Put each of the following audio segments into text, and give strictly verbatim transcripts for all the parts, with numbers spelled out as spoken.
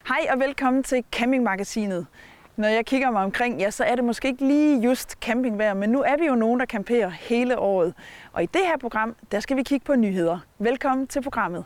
Hej og velkommen til Campingmagasinet. Når jeg kigger mig omkring, ja, så er det måske ikke lige just campingvejr, men nu er vi jo nogen, der camperer hele året. Og i det her program, der skal vi kigge på nyheder. Velkommen til programmet.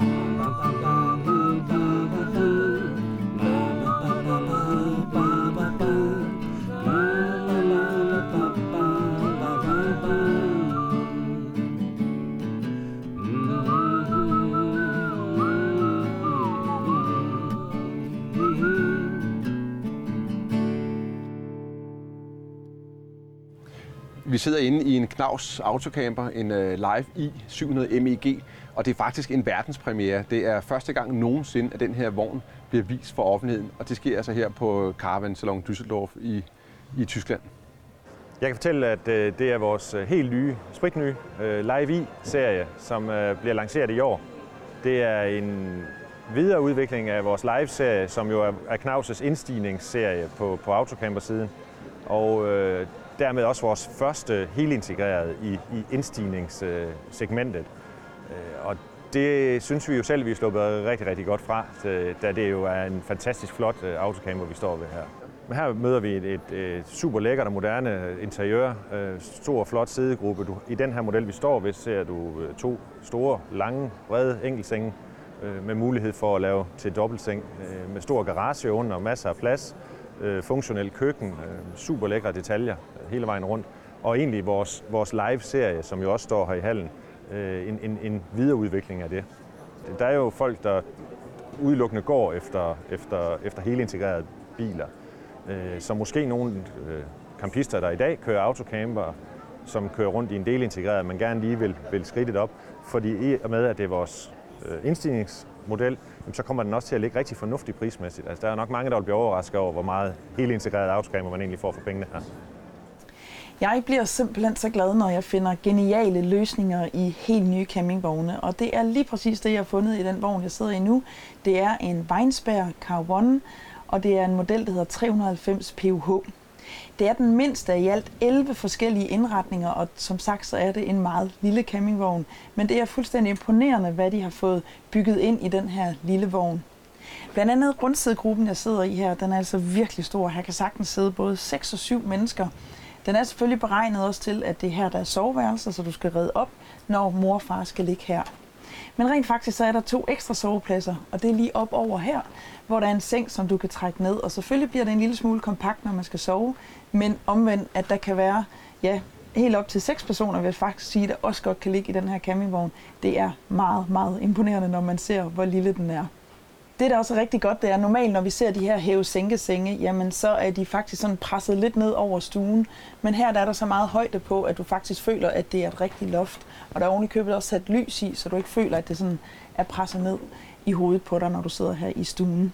Vi sidder inde i en Knaus autocamper, en Live i syv hundrede M E G, og det er faktisk en verdenspremiere. Det er første gang nogensinde, at den her vogn bliver vist for offentligheden, og det sker altså her på Caravan Salon Düsseldorf i, i Tyskland. Jeg kan fortælle, at det er vores helt nye, spritnye Live i-serie, som bliver lanceret i år. Det er en videreudvikling af vores Live-serie, som jo er Knaus' indstigningsserie på, på autocamper-siden. Og øh, dermed også vores første helintegreret i, i indstigningssegmentet. Og det synes vi jo selv, vi er sluppet rigtig, rigtig godt fra, da det jo er en fantastisk flot autocamper, vi står ved her. Men her møder vi et, et, et super lækkert og moderne interiør, stor flot sædegruppe. I den her model, vi står ved, ser du to store, lange, brede enkeltsenge med mulighed for at lave til dobbeltseng, med stor garage under, masser af plads. Funktionel køkken, super lækre detaljer hele vejen rundt, og egentlig vores, vores live-serie, som jo også står her i hallen, en, en, en videreudvikling af det. Der er jo folk, der udelukkende går efter, efter, efter helintegrerede biler, så måske nogle campister, der i dag kører autocamper, som kører rundt i en delintegreret, men gerne lige vil, vil skridtet op, fordi i og med, at det er vores indstigningsmodel, så kommer den også til at ligge rigtig fornuftigt prismæssigt. Altså, der er nok mange, der vil blive overrasket over, hvor meget helintegreret autocamper man egentlig får for pengene her. Jeg bliver simpelthen så glad, når jeg finder geniale løsninger i helt nye campingvogne. Og det er lige præcis det, jeg har fundet i den vogn, jeg sidder i nu. Det er en Weinsberg Caravan, og det er en model, der hedder tre hundrede og halvfems P U H. Det er den mindste af i alt elleve forskellige indretninger, og som sagt, så er det en meget lille campingvogn. Men det er fuldstændig imponerende, hvad de har fået bygget ind i den her lille vogn. Blandt andet rundsædegruppen, jeg sidder i her, den er altså virkelig stor. Her kan sagtens sidde både seks og syv mennesker. Den er selvfølgelig beregnet også til, at det er her, der er soveværelser, så du skal redde op, når mor og far skal ligge her. Men rent faktisk så er der to ekstra sovepladser, og det er lige op over her, hvor der er en seng, som du kan trække ned. Og selvfølgelig bliver det en lille smule kompakt, når man skal sove, men omvendt, at der kan være ja, helt op til seks personer, vil jeg faktisk sige, der også godt kan ligge i den her campingvogn. Det er meget, meget imponerende, når man ser, hvor lille den er. Det, der også er rigtig godt, det er normalt, når vi ser de her hæve-sænke-senge, jamen så er de faktisk sådan presset lidt ned over stuen. Men her der er der så meget højde på, at du faktisk føler, at det er et rigtigt loft. Og der er oven i købet også sat lys i, så du ikke føler, at det sådan er presset ned i hovedet på dig, når du sidder her i stuen.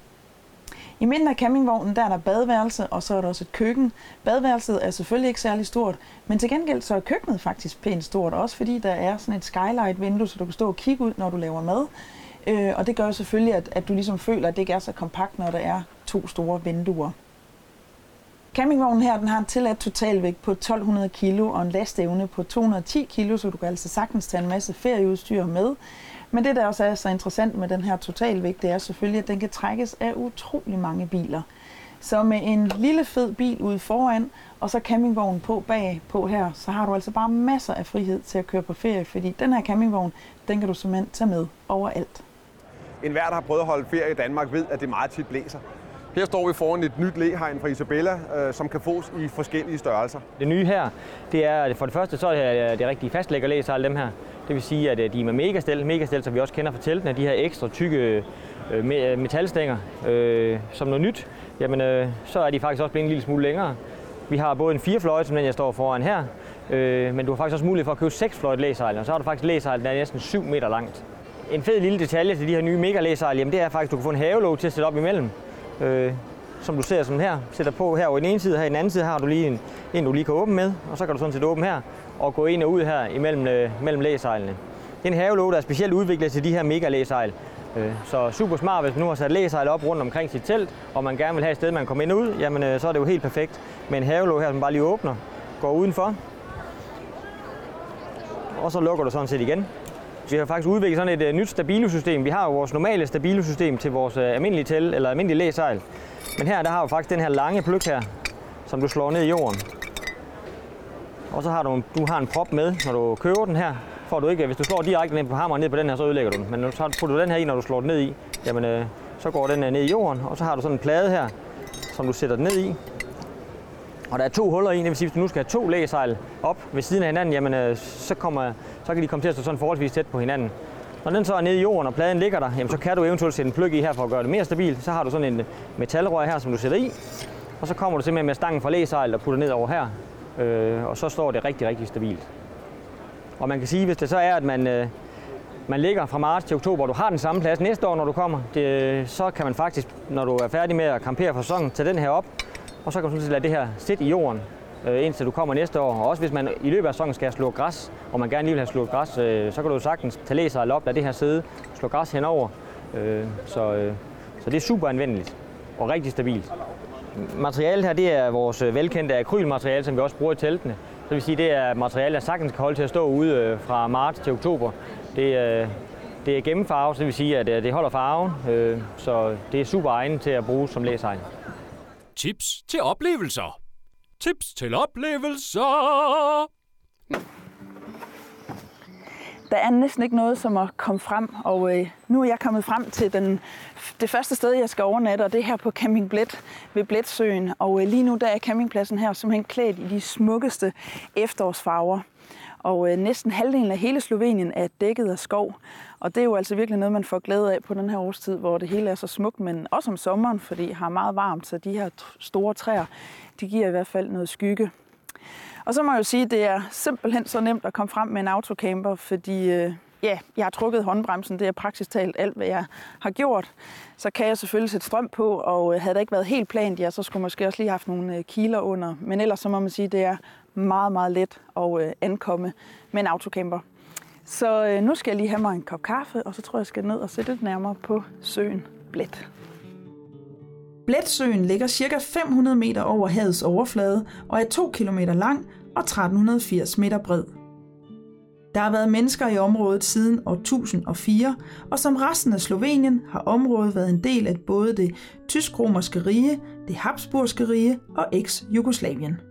I midten af campingvognen der er der badeværelse, og så er der også et køkken. Badeværelset er selvfølgelig ikke særlig stort, men til gengæld så er køkkenet faktisk pænt stort, også fordi der er sådan et skylight-vindue, så du kan stå og kigge ud, når du laver mad. Øh, og det gør jo selvfølgelig, at, at du ligesom føler, at det ikke er så kompakt, når der er to store vinduer. Campingvognen her den har en tilladt totalvægt på tolv hundrede kilo og en lasteevne på to hundrede og ti kilo, så du kan altså sagtens tage en masse ferieudstyr med. Men det, der også er så interessant med den her totalvægt, det er selvfølgelig, at den kan trækkes af utrolig mange biler. Så med en lille fed bil ude foran, og så campingvognen på bag på her, så har du altså bare masser af frihed til at køre på ferie, fordi den her campingvogn, den kan du simpelthen tage med overalt. En hver, der har prøvet at holde ferie i Danmark, ved, at det meget tit blæser. Her står vi foran et nyt læhegn fra Isabella, øh, som kan fås i forskellige størrelser. Det nye her, det er for det første, så er det, det rigtige fastlæggerlæsejl, dem her. Det vil sige, at de er med megastel, megastel, som vi også kender fra teltene, de her ekstra tykke øh, metalstænger. Øh, som noget nyt, jamen, øh, så er de faktisk også blevet en lille smule længere. Vi har både en firefløjt, som den jeg står foran her, øh, men du har faktisk også mulighed for at købe seksfløjt læsejl, og så har du faktisk læsejl, der er næsten syv meter langt. En fed lille detalje til de her nye mega-læsejl, jamen det er faktisk, at du kan få en havelåg til at sætte op imellem. Øh, som du ser sådan her, sætter på her over i den ene side, her i den anden side har du lige en, en du lige kan åbne med, og så kan du sådan set åbne her og gå ind og ud her imellem øh, mellem læsejlene. Det er en havelåg, der er specielt udviklet til de her mega-læsejl. Øh, så super smart, hvis man nu har sat læsejl op rundt omkring sit telt, og man gerne vil have et sted, man kommer ind og ud, jamen øh, så er det jo helt perfekt med en havelåg her, som bare lige åbner, går udenfor, og så lukker du sådan set igen. Vi har faktisk udviklet sådan et uh, nyt Stabilo-system. Vi har jo vores normale Stabilo-system til vores uh, almindelige tæl eller almindelige læsejl. Men her der har du faktisk den her lange pløk her, som du slår ned i jorden. Og så har du, du har en prop med, når du kører den her. For du ikke, hvis du slår direkte ned på hammeren ned på den her, så ødelægger du den. Men så putter du den her i, når du slår den ned i, jamen øh, så går den ned i jorden. Og så har du sådan en plade her, som du sætter den ned i. Og der er to huller i, det vil sige, hvis du nu skal have to læsejl op ved siden af hinanden, jamen øh, så, kommer, så kan de komme til at stå sådan forholdsvis tæt på hinanden. Når den så er nede i jorden, og pladen ligger der, jamen så kan du eventuelt sætte en pløk i her for at gøre det mere stabilt. Så har du sådan en metalrør her, som du sætter i. Og så kommer du simpelthen med stangen fra læsejl og putter ned over her. Øh, og så står det rigtig, rigtig stabilt. Og man kan sige, hvis det så er, at man, øh, man ligger fra marts til oktober, og du har den samme plads næste år, når du kommer, det, så kan man faktisk, når du er færdig med at campere for sæsonen, tage den her op, og så kan du sådan set lade det her sidde i jorden, øh, indtil du kommer næste år. Og også hvis man i løbet af sæsonen skal slå græs, og man gerne lige vil have slået græs, øh, så kan du sagtens tage læsejl op, lade det her sidde, slå græs henover. Øh, så, øh, så det er super anvendeligt og rigtig stabilt. Materialet her, det er vores velkendte akrylmateriale, som vi også bruger i teltene. Det vil sige, det er materiale, der sagtens kan holde til at stå ude fra marts til oktober. Det er, det er gennemfarve, så det vil sige, at det holder farven, så det er super egnet til at bruge som læsejl. Tips til oplevelser. Tips til oplevelser. Der er næsten ikke noget som at komme frem, og øh, nu er jeg kommet frem til den, det første sted, jeg skal overnatte, og det er her på Camping Blet ved Bletsøen. Og øh, lige nu der er campingpladsen her simpelthen klædt i de smukkeste efterårsfarver. Og øh, næsten halvdelen af hele Slovenien er dækket af skov. Og det er jo altså virkelig noget, man får glæde af på den her årstid, hvor det hele er så smukt, men også om sommeren, fordi det har meget varmt, så de her store træer, de giver i hvert fald noget skygge. Og så må jeg jo sige, at det er simpelthen så nemt at komme frem med en autocamper, fordi øh, ja, jeg har trukket håndbremsen. Det er praktisk talt alt, hvad jeg har gjort. Så kan jeg selvfølgelig sætte strøm på, og øh, havde det ikke været helt plant, ja, så skulle jeg måske også lige have haft nogle øh, kiler under. Men ellers så må man sige, at det er meget, meget let at øh, ankomme med en autocamper. Så øh, nu skal jeg lige have mig en kop kaffe, og så tror jeg, jeg skal ned og sætte lidt nærmere på søen Blet. Bletsøen ligger ca. fem hundrede meter over havets overflade og er to kilometer lang og tretten firs meter bred. Der har været mennesker i området siden år tusind og fire, og som resten af Slovenien har området været en del af både det tysk-romerske rige, det habsburgske rige og eks-Jugoslavien.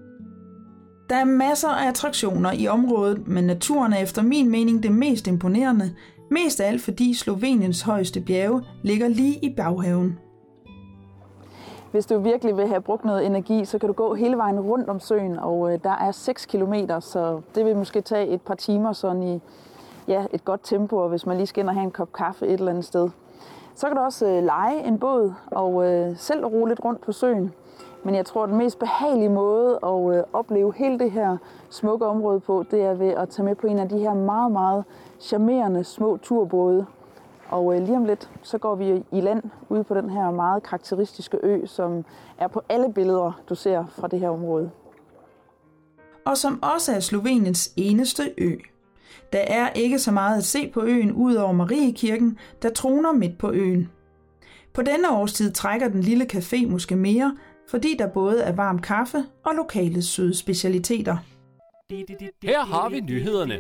Der er masser af attraktioner i området, men naturen er efter min mening det mest imponerende, mest af alt fordi Sloveniens højeste bjerge ligger lige i baghaven. Hvis du virkelig vil have brugt noget energi, så kan du gå hele vejen rundt om søen, og øh, der er seks kilometer, så det vil måske tage et par timer sådan i ja, et godt tempo, hvis man lige skal ind og have en kop kaffe et eller andet sted. Så kan du også øh, leje en båd og øh, selv roe lidt rundt på søen. Men jeg tror, at den mest behagelige måde at øh, opleve hele det her smukke område på, det er ved at tage med på en af de her meget, meget charmerende små turbåde. Og øh, lige om lidt, så går vi i land ude på den her meget karakteristiske ø, som er på alle billeder, du ser fra det her område. Og som også er Sloveniens eneste ø. Der er ikke så meget at se på øen ud over Mariekirken, der troner midt på øen. På denne årstid trækker den lille café måske mere, fordi der både er varm kaffe og lokale søde specialiteter. Her har vi nyhederne.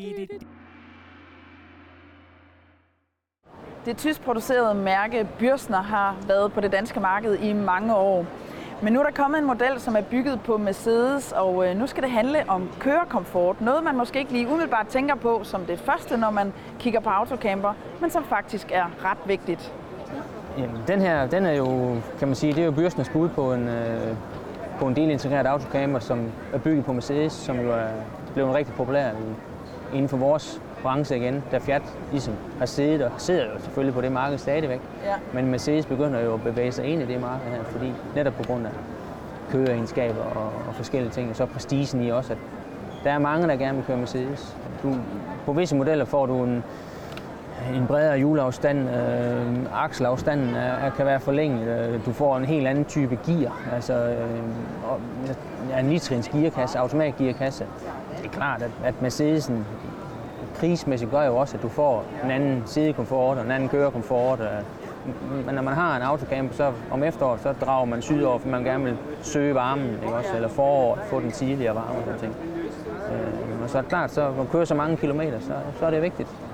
Det tyskproducerede mærke Bürstner har været på det danske marked i mange år. Men nu er der kommet en model, som er bygget på Mercedes, og nu skal det handle om kørekomfort. Noget, man måske ikke lige umiddelbart tænker på som det første, når man kigger på autocamper, men som faktisk er ret vigtigt. Jamen, den her, den er jo, kan man sige, det er jo Bürstners bud på en, øh, på en delintegreret autocamper, som er bygget på Mercedes, som jo er blevet rigtig populær inden for vores branche igen, da Fiat ligesom har siddet og sidder jo selvfølgelig på det marked stadigvæk. Ja. Men Mercedes begynder jo at bevæge sig ind i det marked her, fordi netop på grund af køreegenskaber og, og forskellige ting, og så prestigen i også, at der er mange, der gerne vil køre Mercedes. Du, på visse modeller får du en, en bredere hjulafstand, øh, akselafstanden er, kan være forlænget, du får en helt anden type gear, altså øh, en nitrins gearkasse, automatgearkasse. Det er klart, at, at Mercedesen prismæssigt gør jo også, at du får en anden sidekomfort og en anden kørekomfort. Men når man har en autocamper, så om efteråret, så drager man sydover, for man gerne vil søge varmen, ikke også? Eller foråret, få den tidligere varme og sådan ting. Og så er det klart, så når man kører så mange kilometer, så, så er det vigtigt.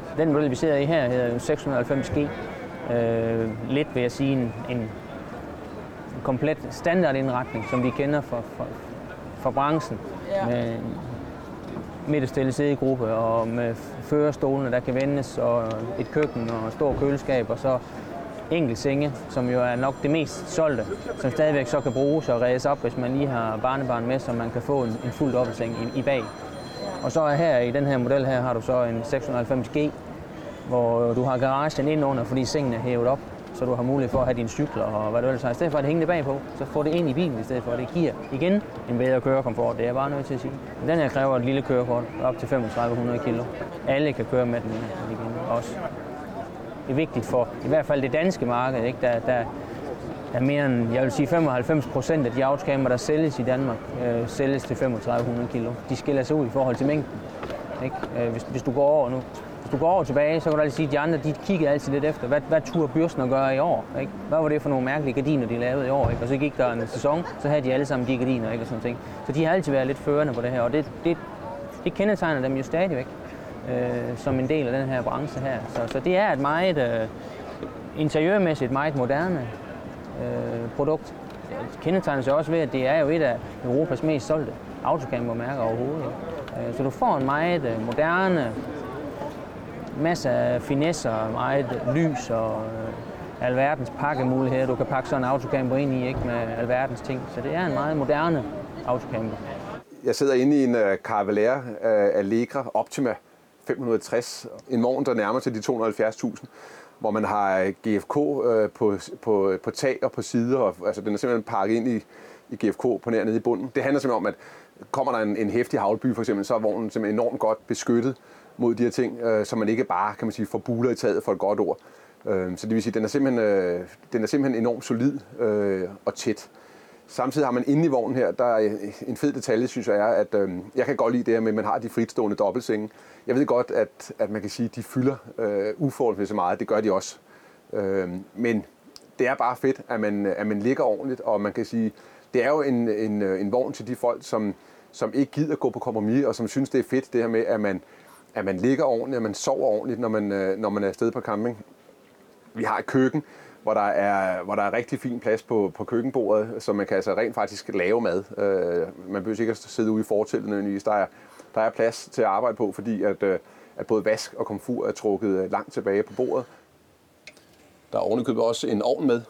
Den model, vi sidder i her, hedder seks hundrede og halvfems G. Øh, lidt vil jeg sige en, en komplet standardindretning, som vi kender fra, fra, fra branchen. Ja. Med midterstille sædegruppe og med førerstolene, der kan vendes, og et køkken og et stort køleskab, og så enkelt senge, som jo er nok det mest solgte, som stadigvæk så kan bruges og reddes op, hvis man lige har barnebarn med, så man kan få en, en fuld dobbeltseng i, i bag. Og så her i den her model her har du så en seks hundrede og halvfems G, hvor du har garagen indenunder, fordi sengen er hævet op, så du har mulighed for at have dine cykler og hvad du ellers har. I stedet for at det hænger bagpå, så får det ind i bilen i stedet for. Det giver igen en bedre kørekomfort, det er jeg bare nødt til at sige. Den her kræver et lille kørekort, op til femogtredive hundrede kilo. Alle kan køre med den igen også. Det er vigtigt for i hvert fald det danske marked, ikke? Der, der er mere end, jeg vil sige femoghalvfems procent af de autocamper, der sælges i Danmark, øh, sælges til femogtredive hundrede kilo. De skiller sig ud i forhold til mængden. Ikke? Øh, hvis, hvis du går over nu, hvis du går over tilbage, så kan du altid sige, at de andre de kigger altid lidt efter, hvad, hvad turde Bürsten at gøre i år? Ikke? Hvad var det for nogle mærkelige gardiner, de lavede i år? Ikke? Og så gik der en sæson, så havde de alle sammen de gardiner, ikke? Og sådan ting. Så de har altid været lidt førende på det her, og det, det, det kendetegner dem jo stadigvæk øh, som en del af den her branche her. Så, så det er et meget øh, interiørmæssigt meget moderne øh, produkt. Det kendetegner sig også ved, at det er jo et af Europas mest solgte autocampermærker overhovedet. Ikke? Så du får en meget øh, moderne, masser af finesser, meget lys og øh, alverdens pakkemuligheder. Du kan pakke sådan en autocamper ind i, ikke, med alverdens ting. Så det er en meget moderne autocamper. Jeg sidder inde i en uh, Caravelle uh, Allegra Optima fem hundrede og tres. En vogn, der nærmer til de to hundrede og halvfjerds tusind, hvor man har G F K uh, på, på, på tag og på sider. Og, altså, den er simpelthen pakket ind i, i G F K på nær nede i bunden. Det handler simpelthen om, at kommer der en, en heftig havlby for eksempel, så er vognen simpelthen enormt godt beskyttet mod de her ting, øh, så man ikke bare, kan man sige, får buler i taget for et godt ord. Øh, så det vil sige, den er simpelthen, øh, den er simpelthen enormt solid øh, og tæt. Samtidig har man inde i vognen her, der er en fed detalje, synes jeg er, at øh, jeg kan godt lide det her med, at man har de fritstående dobbeltsenge. Jeg ved godt, at, at man kan sige, at de fylder øh, uforholdsmæssigt meget. Det gør de også. Øh, men det er bare fedt, at man, at man ligger ordentligt, og man kan sige, det er jo en, en, en vogn til de folk, som, som ikke gider gå på kompromis, og som synes, det er fedt, det her med, at man at man ligger ordentligt, at man sover ordentligt, når man, når man er afsted på camping. Vi har et køkken, hvor der er, hvor der er rigtig fin plads på, på køkkenbordet, så man kan altså rent faktisk lave mad. Uh, man behøver ikke at sidde ude i forteltet nødvendigvis. Der er, der er plads til at arbejde på, fordi at, uh, at både vask og komfur er trukket langt tilbage på bordet. Der er ovenikøbet også en ovn med.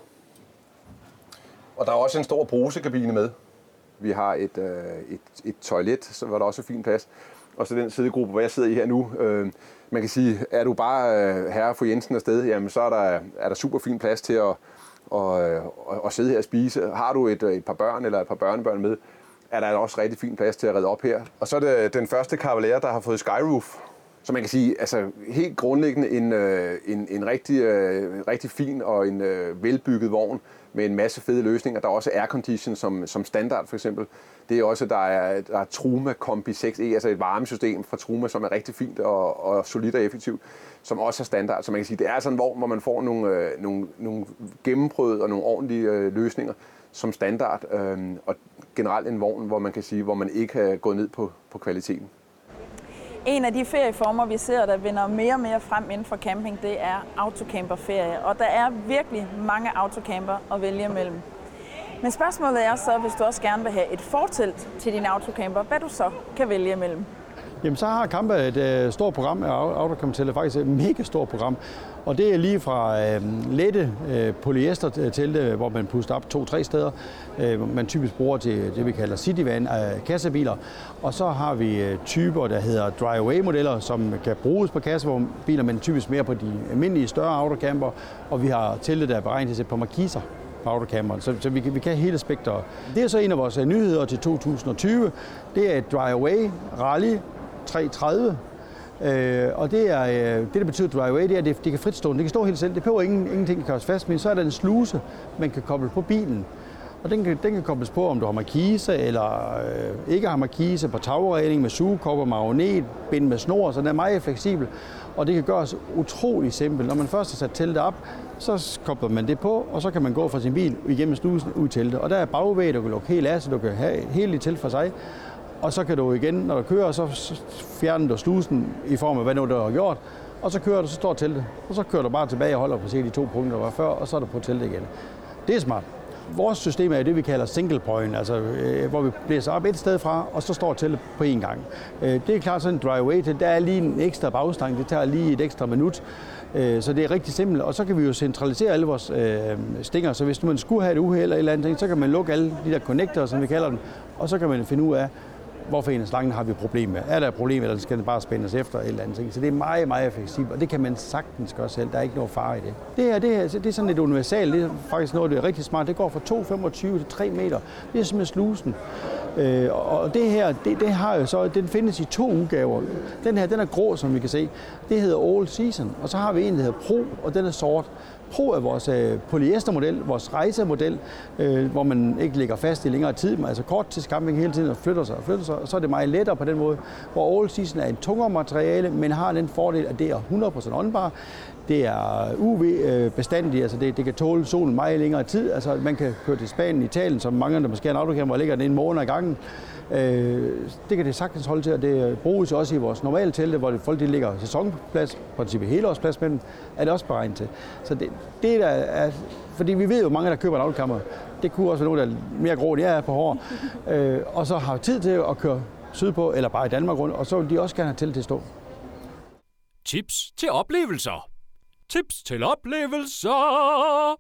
Og der er også en stor brusekabine med. Vi har et, uh, et, et toilet, så var der også fin plads. Og så den sædegruppe, hvor jeg sidder i her nu. Øh, man kan sige, er du bare øh, herre fru Jensen afsted, jamen så er der, er der super fin plads til at, og, øh, at sidde her og spise. Har du et, et par børn eller et par børnebørn med, er der også rigtig fin plads til at redde op her. Og så er det den første Caravelle, der har fået skyroof. Så man kan sige, altså helt grundlæggende en, en, en rigtig, rigtig fin og en velbygget vogn med en masse fede løsninger. Der er også aircondition som, som standard for eksempel. Det er også, der er, der er Truma Combi seks E, altså et varmesystem fra Truma, som er rigtig fint og, og solidt og effektivt, som også er standard. Så man kan sige, det er sådan en vogn, hvor man får nogle, nogle, nogle gennemprøvede og nogle ordentlige løsninger som standard. Og generelt en vogn, hvor man kan sige, hvor man ikke har gået ned på, på kvaliteten. En af de ferieformer, vi ser, der vinder mere og mere frem inden for camping, det er autocamperferie. Og der er virkelig mange autocamper at vælge imellem. Men spørgsmålet er så, hvis du også gerne vil have et fortelt til din autocamper, hvad du så kan vælge imellem? Jamen, så har Kampa et øh, stort program af autocamper-telte, faktisk et mega stort program. Og det er lige fra øh, lette øh, polyester-telte, hvor man puster op to-tre steder. Øh, man typisk bruger til det, vi kalder cityvan af kassebiler. Og så har vi øh, typer, der hedder dry-away-modeller, som kan bruges på kassebiler, men typisk mere på de almindelige større autocamper. Og vi har telte, der er beregnet til at sætte på markiser på autocamperen, så, så vi, vi kan hele spektret. Det er så en af vores nyheder til to tusind og tyve. Det er et dry-away Rally tre tredive. Øh, og det, er, det, der betyder dry-away, det er, at det, det kan fritstående. Det kan stå helt selv. Det behøver ingen, ingenting, kan køres fast, men så er der en sluse, man kan koble på bilen. Og den kan, den kan kobles på, om du har markise eller øh, ikke har markise, på tagregning med sugekopper, magnet, bind med snor, så den er meget fleksibel. Og det kan gøres utrolig simpelt. Når man først har sat teltet op, så kobler man det på, og så kan man gå fra sin bil igennem slusen ud i teltet. Og der er bagvæg, du kan lukke helt af, så du kan have hele dit telt for sig. Og så kan du igen, når du kører, så fjerner du slusen i form af, hvad nu du har gjort. og så kører du, så står teltet, og så kører du bare tilbage og holder på de to punkter, der var før, og så er du på teltet igen. Det er smart. Vores system er det, vi kalder single point, altså øh, hvor vi blæser op et sted fra, og så står teltet på én gang. Øh, det er klart sådan en dry away til, der er lige en ekstra bagstang, det tager lige et ekstra minut, øh, så det er rigtig simpelt. Og så kan vi jo centralisere alle vores øh, stinger, så hvis man skulle have et uheld eller et eller andet ting, så kan man lukke alle de der connectorer, som vi kalder dem, og så kan man finde ud af, hvorfor en af slangene har vi problem med. Er der et problem, eller skal den bare spændes efter et eller andet ting? Så det er meget, meget fleksibelt, og det kan man sagtens gøre selv. Der er ikke noget fare i det. Det her, det, her, det er sådan et universalt. Det er faktisk noget, der er rigtig smart. Det går fra to komma femogtyve til tre meter. Det er simpelthen slusen. Øh, og det her, det, det har jo så, den findes i to udgaver. Den her, den er grå, som vi kan se. Det hedder All Season. Og så har vi en, der hedder Pro, og den er sort. Pro er vores øh, polyestermodel, vores rejsemodel, øh, hvor man ikke ligger fast i længere tid, men altså kort til camping hele tiden og flytter sig og flytter sig, og så er det meget lettere på den måde. Hvor All Season er en tungere materiale, men har den fordel, at det er hundrede procent åndbar. Det er U V-bestandigt, altså det, det kan tåle solen meget længere tid. Altså man kan køre til Spanien, Italien, som mange, der måske har en autocamper, hvor ligger den en måned ad gangen. Øh, det kan det sagtens holde til, og det bruges også i vores normale telte, hvor det, folk de ligger sæsonplads, på princippet helårsplads, men er det også beregnet til. Så det, det der er, fordi vi ved jo mange, der køber en autocamper, det kunne også være nogen, der er mere grå, end jeg er på hår, øh, og så har tid til at køre sydpå, eller bare i Danmark rundt, og så vil de også gerne have telt til at stå. Tips til oplevelser. Tips til oplevelser.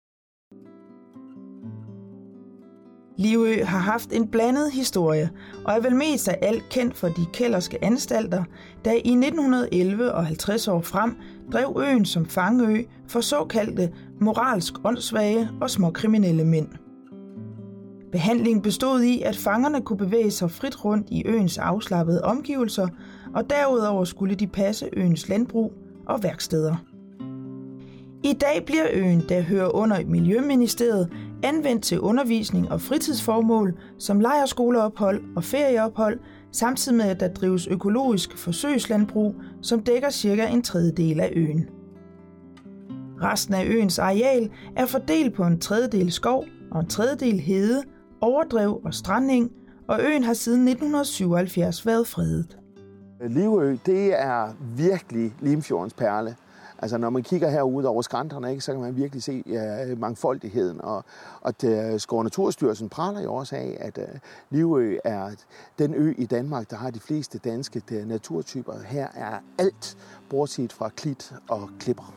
Livø har haft en blandet historie, og er vel mest af alt kendt for de kellerske anstalter, der i nitten elleve og halvtreds år frem drev øen som fangeø for såkaldte moralsk åndssvage og småkriminelle mænd. Behandlingen bestod i, at fangerne kunne bevæge sig frit rundt i øens afslappede omgivelser, og derudover skulle de passe øens landbrug og værksteder. I dag bliver øen, der hører under Miljøministeriet, anvendt til undervisning og fritidsformål som lejrskoleophold og ferieophold, samtidig med at der drives økologisk forsøgslandbrug, som dækker cirka en tredjedel af øen. Resten af øens areal er fordelt på en tredjedel skov og en tredjedel hede, overdrev og strandeng, og øen har siden nitten syvoghalvfjerds været fredet. Livø, det er virkelig Limfjordens perle. Altså når man kigger herude over skrænterne, ikke, så kan man virkelig se uh, mangfoldigheden. Og, og uh, Skov- og Naturstyrelsen praler jo også af, at uh, Livø er den ø i Danmark, der har de fleste danske uh, naturtyper. Her er alt, bortset fra klit og klipper.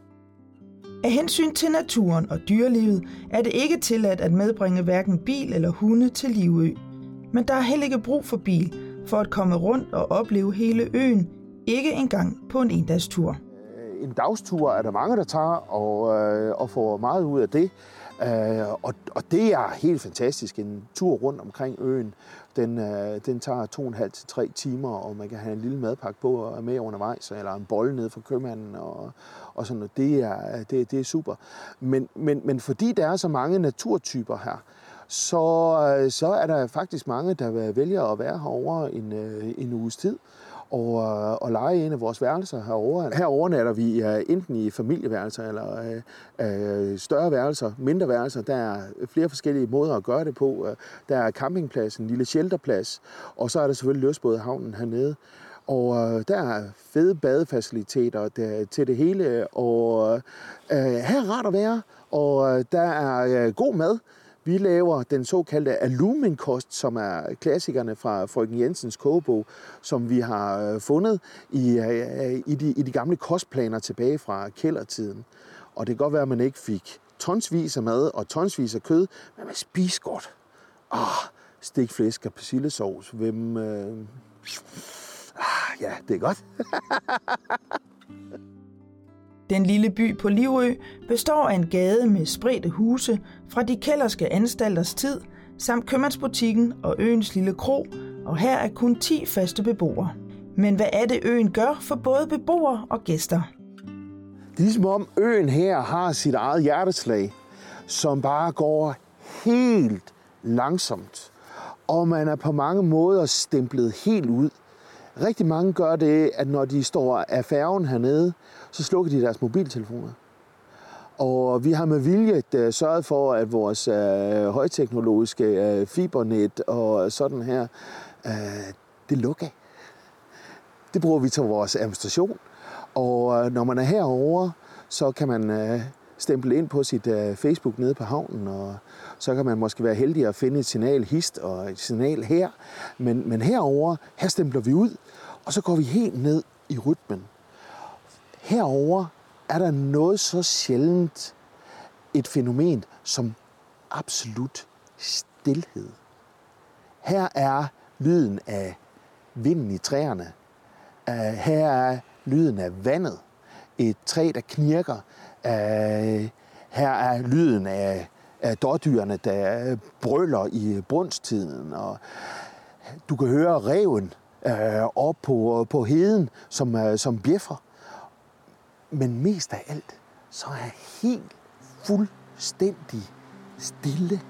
Af hensyn til naturen og dyrelivet er det ikke tilladt at medbringe hverken bil eller hunde til Livø. Men der er heller ikke brug for bil for at komme rundt og opleve hele øen, ikke engang på en endagstur. En dagstur er der mange, der tager og, øh, og får meget ud af det. Øh, og, og det er helt fantastisk. En tur rundt omkring øen, den, øh, den tager to og en halv til tre timer, og man kan have en lille madpakke på og med undervejs, eller en bolle nede fra købmanden og, og sådan noget. Det er, det, det er super. Men, men, men fordi der er så mange naturtyper her, så, så er der faktisk mange, der vælger at være herovre en, en uges tid. Og, og lege en af vores værelser herovre. Her overnatter vi uh, enten i familieværelser eller uh, uh, større værelser, mindre værelser. Der er flere forskellige måder at gøre det på. Uh, der er campingplads, en lille shelterplads, og så er der selvfølgelig lystbådehavnen hernede. Og uh, der er fede badefaciliteter der, til det hele, og uh, her er rart at være, og uh, der er uh, god mad. Vi laver den såkaldte aluminkost, som er klassikerne fra Frøken Jensens kogebog, som vi har fundet i, i, de, i de gamle kostplaner tilbage fra kældertiden. Og det kan godt være, at man ikke fik tonsvis af mad og tonsvis af kød, men man spiser godt. Ah, stegt flæsk og persillesovs. Hvem, øh... ah, ja, det er godt. Den lille by på Livø består af en gade med spredte huse fra de kellerske anstalters tid, samt købmandsbutikken og øens lille kro, og her er kun ti faste beboere. Men hvad er det, øen gør for både beboere og gæster? Det er ligesom om øen her har sit eget hjerteslag, som bare går helt langsomt, og man er på mange måder stemplet helt ud. Rigtig mange gør det, at når de står af færgen hernede, så slukker de deres mobiltelefoner. Og vi har med vilje uh, sørget for, at vores uh, højteknologiske uh, fibernet og sådan her, uh, det lukker. Det bruger vi til vores administration. Og når man er herovre, så kan man stemple ind på sit Facebook nede på havnen, og så kan man måske være heldig at finde et signal hist og et signal her. Men, men herover, her stempler vi ud, og så går vi helt ned i rytmen. Herover er der noget så sjældent et fænomen som absolut stilhed. Her er lyden af vinden i træerne. Her er lyden af vandet. Et træ, der knirker. Her er lyden af, af dårdyrene, der brøler i brunsttiden. Og du kan høre ræven op på, på heden, som, som bjeffer. Men mest af alt, så er helt fuldstændig stille.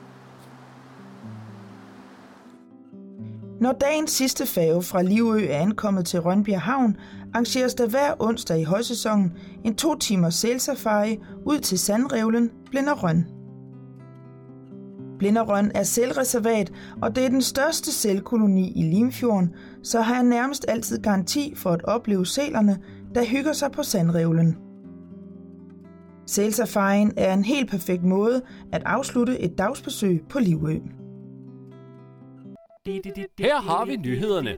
Når dagens sidste færge fra Livø er ankommet til Rønbjerg Havn, arrangeres der hver onsdag i højsæsonen en to timers sælsafari ud til sandrevlen Blinderrøn. Blinderrøn er sælreservat, og det er den største sælkoloni i Limfjorden, så har jeg nærmest altid garanti for at opleve sælerne, der hygger sig på sandrevlen. Sælsafarien er en helt perfekt måde at afslutte et dagsbesøg på Livø. Her har vi nyhederne.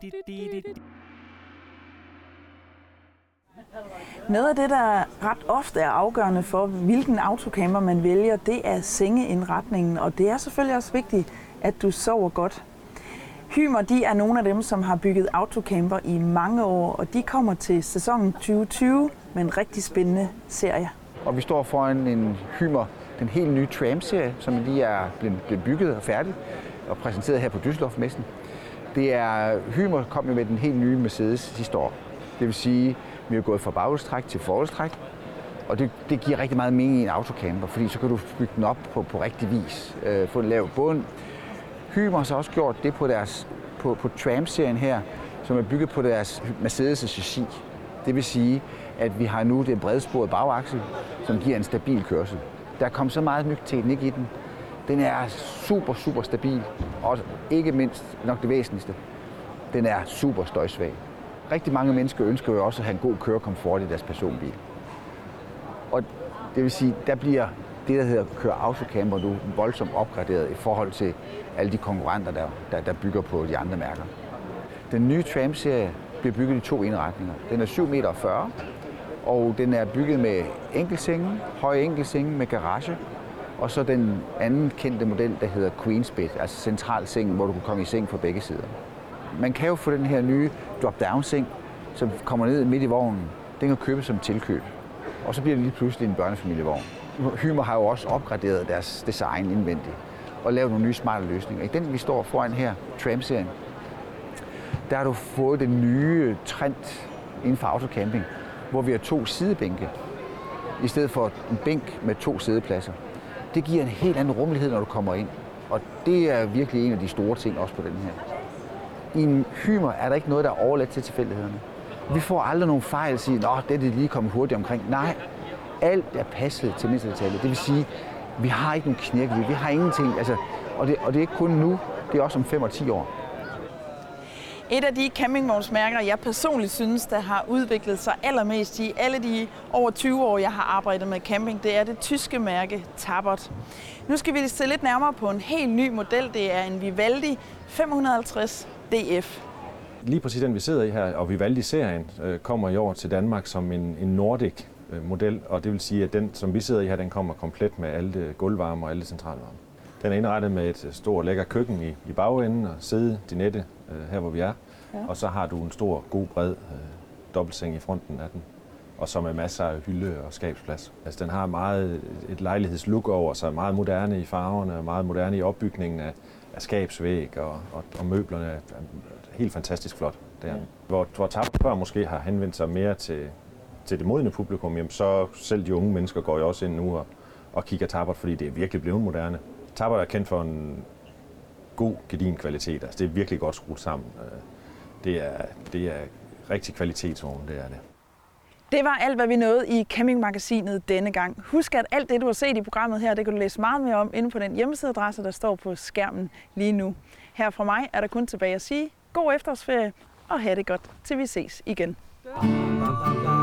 Noget af det, der ret ofte er afgørende for, hvilken autocamper man vælger, det er sengeindretningen, og det er selvfølgelig også vigtigt, at du sover godt. Hymer, de er nogle af dem, som har bygget autocamper i mange år, og de kommer til sæsonen tyve tyve med en rigtig spændende serie. Og vi står foran en Hymer, den helt nye Tram-serie, som lige er blevet bygget og færdig og præsenteret her på Düsseldorf-messen. Det er, Hymer kom jo med den helt nye Mercedes sidste år. Det vil sige, at vi er gået fra baghjulstræk til forhjulstræk, og det, det giver rigtig meget mening i en autocamper, fordi så kan du bygge den op på, på rigtig vis, øh, få en lav bund. Hymer har så også gjort det på, deres, på, på Tram-serien her, som er bygget på deres Mercedes' chassis. Det vil sige, at vi har nu den bredsporede bagaksel, som giver en stabil kørsel. Der er kommet så meget ny teknik i den. Den er super, super stabil, og ikke mindst nok det væsentligste, den er super støjsvag. Rigtig mange mennesker ønsker jo også at have en god kørekomfort i deres personbil. Og det vil sige, der bliver det, der hedder køre autocamper, nu voldsomt opgraderet i forhold til alle de konkurrenter, der, der, der bygger på de andre mærker. Den nye Tram-serie bliver bygget i to indretninger. Den er syv komma fyrre meter, og den er bygget med enkeltsenge, høje enkeltsenge med garage, og så den anden kendte model, der hedder Queen's Bed, altså central seng, hvor du kan komme i seng fra begge sider. Man kan jo få den her nye drop-down-seng, som kommer ned midt i vognen. Den kan købes som tilkøb, og så bliver det lige pludselig en børnefamilievogn. Hymer har jo også opgraderet deres design indvendigt og lavet nogle nye smarte løsninger. I den, vi står foran her, Tram-serien, der har du fået den nye trend inden for autocamping, hvor vi har to sidebænke, i stedet for en bænk med to sædepladser. Det giver en helt anden rummelighed, når du kommer ind, og det er virkelig en af de store ting også på den her. I en Hymer er der ikke noget, der er overladt til tilfældighederne. Vi får aldrig nogen fejl at sige, at det er lige kommet hurtigt omkring. Nej, alt er passet til mindste detalje. Det vil sige, vi har ikke nogen knirke, vi har ingenting. Altså, og, det, og det er ikke kun nu, det er også om fem og ti år. Et af de campingvognsmærker, jeg personligt synes, der har udviklet sig allermest i alle de over tyve år, jeg har arbejdet med camping, det er det tyske mærke Tabot. Nu skal vi se lidt nærmere på en helt ny model. Det er en Vivaldi fem hundrede og halvtreds D F. Lige præcis den, vi sidder i her, og Vivaldi-serien, øh, kommer i år til Danmark som en, en Nordic-model, og det vil sige, at den, som vi sidder i her, den kommer komplet med alle gulvvarme og alle centralvarme. Den er indrettet med et stort lækker køkken i, i bagenden og sæde, dinette øh, her, hvor vi er. Ja. Og så har du en stor, god, bred øh, dobbeltseng i fronten af den, og så med masser af hylde og skabsplads. Altså, den har meget et lejlighedslook over sig, meget moderne i farverne og meget moderne i opbygningen af, af skabsvæg og, og, og møblerne. Er helt fantastisk flot. Ja. Hvor, hvor Tabot før måske har henvendt sig mere til, til det modne publikum, jamen, så selv de unge mennesker går jo også ind nu og, og kigger Tabot, fordi det er virkelig blevet moderne. Tabot er kendt for en god, gedigen kvalitet. Altså, det er virkelig godt skruet sammen. Det er, det er rigtig kvalitetsvogn, det er det. Det var alt, hvad vi nåede i Campingmagasinet denne gang. Husk, at alt det, du har set i programmet her, det kan du læse meget mere om inde på den hjemmesideadresse, der står på skærmen lige nu. Her fra mig er der kun tilbage at sige god efterårsferie og have det godt, til vi ses igen.